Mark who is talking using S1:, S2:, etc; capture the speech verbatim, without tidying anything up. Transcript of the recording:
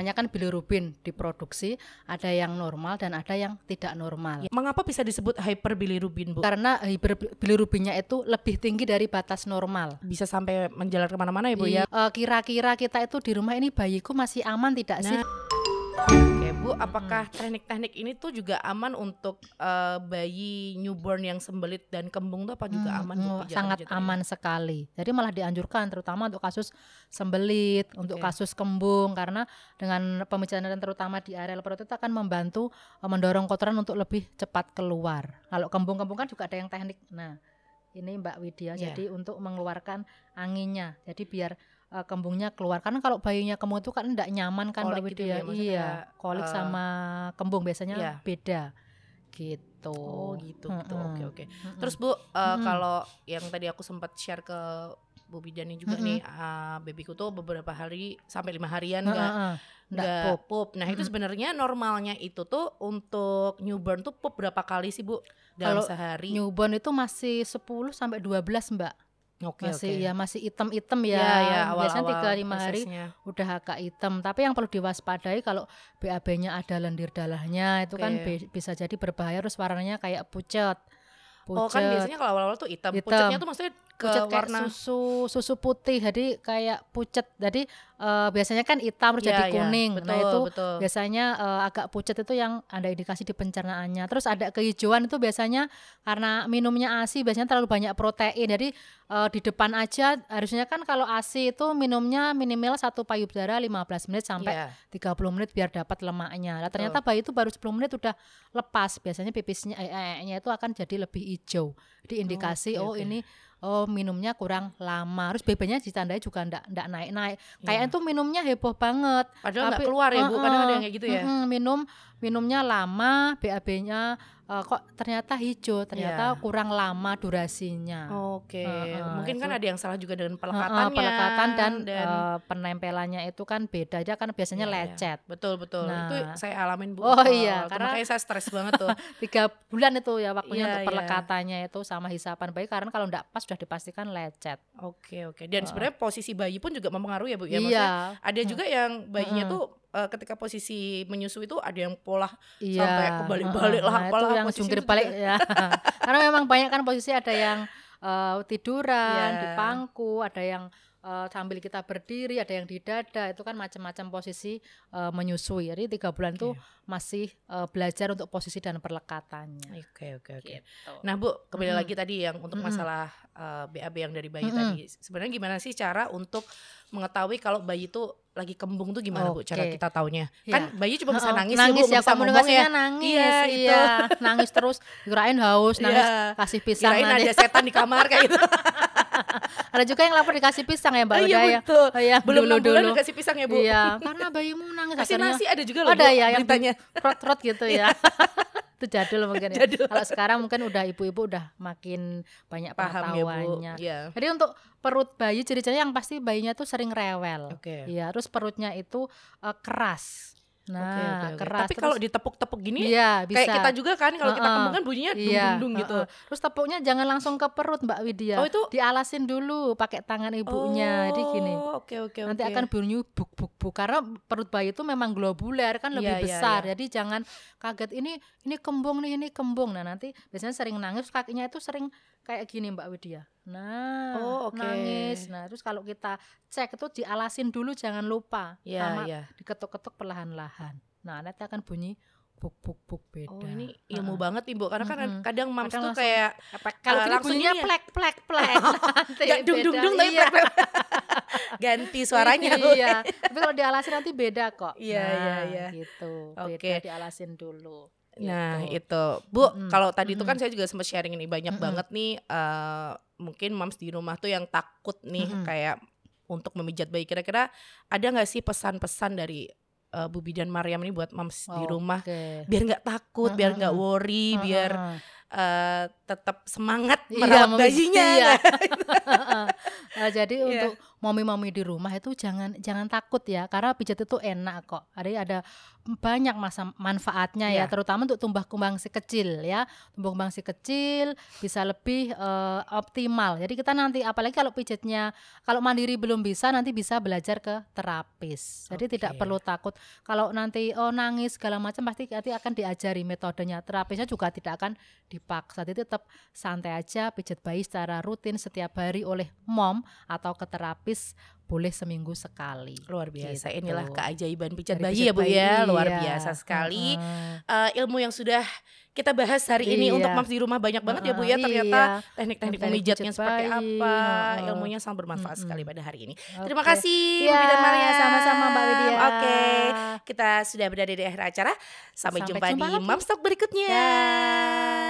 S1: namanya kan bilirubin diproduksi, ada yang normal dan ada yang tidak normal.
S2: Mengapa bisa disebut hyperbilirubin, Bu?
S1: Karena hyperbilirubinnya itu lebih tinggi dari batas normal.
S2: Bisa sampai menjalar kemana-mana ya, Bu ya?
S1: Uh, kira-kira kita itu di rumah ini bayiku masih aman tidak
S2: nah.
S1: sih?
S2: Oke Bu, apakah teknik-teknik ini tuh juga aman untuk uh, bayi newborn yang sembelit dan kembung tuh apa juga
S1: hmm,
S2: aman Bu?
S1: Sangat aman ini? Sekali. Jadi malah dianjurkan terutama untuk kasus sembelit, okay. untuk kasus kembung, karena dengan pemijahan terutama di areal perut itu akan membantu uh, mendorong kotoran untuk lebih cepat keluar. Kalau kembung-kembung kan juga ada yang teknik. Nah, ini Mbak Widya, yeah. jadi untuk mengeluarkan anginnya. Jadi biar Uh, kembungnya keluar, karena kalau bayinya kembung itu kan enggak nyaman kan Mbak Widya, gitu ya, iya kolik uh, sama kembung biasanya iya. beda gitu.
S2: Oh gitu,
S1: hmm,
S2: gitu.
S1: Hmm.
S2: Oke oke. Hmm. Terus Bu, uh, hmm. kalau yang tadi aku sempat share ke Bu Bidani juga hmm. nih, uh, babyku tuh beberapa hari sampai lima harian enggak hmm. enggak pup. pup. Nah hmm. itu sebenarnya normalnya itu tuh untuk newborn tuh pup berapa kali sih Bu dalam
S1: kalau
S2: sehari?
S1: Newborn itu masih sepuluh sampai dua belas Mbak.
S2: Oke,
S1: masih
S2: oke.
S1: ya masih hitam-hitam ya,
S2: ya, ya
S1: biasanya tiga lima hari udah agak hitam. Tapi yang perlu diwaspadai kalau B A B-nya ada lendir darahnya itu okay. kan be- bisa jadi berbahaya, terus warnanya kayak pucat. Pucet.
S2: Oh kan biasanya kalau awal-awal tuh hitam.
S1: hitam.
S2: Pucatnya tuh maksudnya ke
S1: pucet
S2: warna
S1: kayak susu susu putih, jadi kayak pucet. Jadi uh, biasanya kan hitam terus ya, jadi kuning. Ya, betul, nah itu betul. biasanya uh, agak pucet itu yang ada indikasi di pencernaannya. Terus ada kehijauan itu biasanya karena minumnya A S I, biasanya terlalu banyak protein. Jadi uh, di depan aja harusnya kan kalau A S I itu minumnya minimal satu payudara lima belas menit sampai yeah. tiga puluh menit biar dapat lemaknya. Nah, ternyata bayi itu baru sepuluh menit udah lepas. Biasanya pipisnya eh-nya itu akan jadi lebih hijau. Jadi indikasi oh, okay, oh okay. ini oh minumnya kurang lama. Terus B B-nya ditandai juga ndak ndak naik-naik. Kayaknya tuh minumnya heboh banget.
S2: Padahal nggak keluar ya Bu, uh, kadang ada yang kayak gitu ya.
S1: Uh, uh, minum minumnya lama, B A B-nya uh, kok ternyata hijau, ternyata yeah. kurang lama durasinya.
S2: Oke. Okay. Uh, uh, Mungkin itu, kan ada yang salah juga dengan
S1: pelekatannya. Uh, uh, pelekatan dan, dan uh, penempelannya itu kan beda. Dia kan biasanya yeah, lecet.
S2: Yeah. Betul betul. Nah, itu saya alamin Bu.
S1: Oh iya,
S2: karena makanya saya stres banget tuh.
S1: Tiga bulan itu ya waktunya yeah, untuk pelekatannya yeah. itu sama hisapan bayi, karena kalau enggak pas sudah dipastikan lecet.
S2: Oke okay, oke. Okay. Dan uh. sebenarnya posisi bayi pun juga mempengaruhi ya Bu ya.
S1: Iya.
S2: Maksudnya ada juga yang bayinya uh. tuh uh, ketika posisi menyusui itu ada yang pola iya. sampai kebalik-balik uh, lah
S1: nah,
S2: apalah
S1: itu yang jungkir balik ya. Karena memang banyak kan posisi, ada yang uh, tiduran yeah. di pangku, ada yang uh, sambil kita berdiri, ada yang di dada, itu kan macam-macam posisi uh, menyusui. Jadi tiga bulan itu okay. masih uh, belajar untuk posisi dan perlekatannya.
S2: Oke oke oke. Nah Bu, kembali hmm. lagi tadi yang untuk hmm. masalah uh, B A B yang dari bayi hmm. tadi. Sebenarnya gimana sih cara untuk mengetahui kalau bayi itu lagi kembung tuh gimana okay. Bu cara kita taunya? Ya. Kan bayi cuma bisa nangis,
S1: nangis
S2: ya Bu,
S1: ya, komunikasinya ya. nangis,
S2: iya,
S1: iya. nangis terus, kirain haus, nangis yeah. kasih pisang,
S2: kirain ada setan di kamar kayak gitu.
S1: Ada juga yang lapor dikasih pisang ya Mbak
S2: oh,
S1: Uda
S2: iya, betul.
S1: Oh, ya.
S2: Belum enam bulan
S1: dulu.
S2: dikasih pisang ya Bu?
S1: Iya, karena bayimu nangis.
S2: Kasih nasi ada juga loh
S1: ada
S2: Bu,
S1: ya
S2: beritanya.
S1: Yang trot-trot gitu ya. Itu jadul mungkin ya. Jadul. Kalau sekarang mungkin udah ibu-ibu udah makin banyak pengetahuannya.
S2: Ya, yeah.
S1: Jadi untuk perut bayi ciri-cirinya yang pasti bayinya tuh sering rewel.
S2: Oke. Okay.
S1: Ya, terus perutnya itu uh, keras. Nah, okay, okay, okay. keras.
S2: Tapi kalau ditepuk-tepuk gini,
S1: iya, bisa.
S2: Kayak kita juga kan kalau uh-uh. kita kembung kan bunyinya dung-dung
S1: iya,
S2: gitu.
S1: Uh-uh. Terus tepuknya jangan langsung ke perut Mbak Widya.
S2: Oh, itu
S1: dialasin dulu pakai tangan ibunya.
S2: Oh,
S1: Jadi gini.
S2: Oke okay, oke okay,
S1: Nanti
S2: okay.
S1: akan bunyi buk-buk-buk, karena perut bayi itu memang globuler kan lebih
S2: yeah,
S1: besar.
S2: Yeah, yeah.
S1: Jadi jangan kaget ini ini kembung nih, ini kembung. Nah, nanti biasanya sering nangis, kakinya itu sering kayak gini Mbak Widya. Nah,
S2: oh, okay.
S1: nangis. Nah, terus kalau kita cek itu dialasin dulu, jangan lupa.
S2: Yeah,
S1: sama
S2: yeah.
S1: diketuk-ketuk perlahan-lahan. Nah, nanti akan bunyi buk-buk-buk beda.
S2: Oh, ini ilmu uh-uh. banget Ibu, karena kan mm-hmm. kadang mams
S1: kadang
S2: tuh kayak
S1: kalau
S2: uh,
S1: ini bunyinya plek-plek-plek.
S2: Gak dung-dung-dung tapi
S1: iya.
S2: plek-plek. Ganti suaranya.
S1: Iya. Tapi kalau dialasin nanti beda kok.
S2: Iya,
S1: nah,
S2: iya, iya.
S1: gitu.
S2: Oke.
S1: Okay. Beda dialasin dulu.
S2: Nah
S1: gitu.
S2: itu Bu, mm-hmm. kalau tadi itu
S1: mm-hmm.
S2: kan saya juga sempat sharing ini banyak mm-hmm. banget nih uh, mungkin mams di rumah tuh yang takut nih mm-hmm. kayak untuk memijat bayi. Kira-kira ada gak sih pesan-pesan dari uh, Bu Bidan Maryam ini buat mams oh, di rumah
S1: okay.
S2: biar gak takut, uh-huh. biar gak worry, uh-huh. biar uh, tetap semangat
S1: iya,
S2: merawat bayinya
S1: iya. Nah, jadi yeah. untuk mami-mami di rumah itu jangan jangan takut ya, karena pijat itu enak kok. Ada ada banyak masa manfaatnya ya,
S2: Iya.
S1: terutama untuk tumbuh kembang si kecil ya. Tumbuh kembang si kecil bisa lebih uh, optimal. Jadi kita nanti apalagi kalau pijatnya kalau mandiri belum bisa, nanti bisa belajar ke terapis. Jadi
S2: Oke.
S1: tidak perlu takut kalau nanti oh nangis segala macam, pasti nanti akan diajari metodenya. Terapisnya juga tidak akan dipaksa. Jadi tetap santai aja, pijat bayi secara rutin setiap hari oleh mom atau ke terapis boleh seminggu sekali.
S2: Luar biasa.
S1: Gitu.
S2: Inilah keajaiban pijat
S1: Dari
S2: bayi
S1: pijat
S2: ya Bu
S1: bayi,
S2: ya. Luar
S1: iya.
S2: biasa sekali.
S1: Uh-uh.
S2: Uh, ilmu yang sudah kita bahas hari ini
S1: Iya.
S2: untuk moms di rumah banyak banget
S1: Uh-uh.
S2: ya Bu ya. Ternyata
S1: iya.
S2: teknik-teknik
S1: Teknik
S2: memijatnya
S1: pijat
S2: seperti
S1: bayi.
S2: apa.
S1: Uh-uh.
S2: Ilmunya sangat bermanfaat
S1: Mm-mm.
S2: sekali pada hari ini.
S1: Oke.
S2: Terima kasih
S1: Iya,
S2: Bu dan Maria.
S1: sama-sama Mbak Widya.
S2: Oke, kita sudah berada di akhir acara. Sampai,
S1: Sampai
S2: jumpa,
S1: jumpa
S2: di
S1: lagi.
S2: Moms Talk berikutnya.
S1: Dah.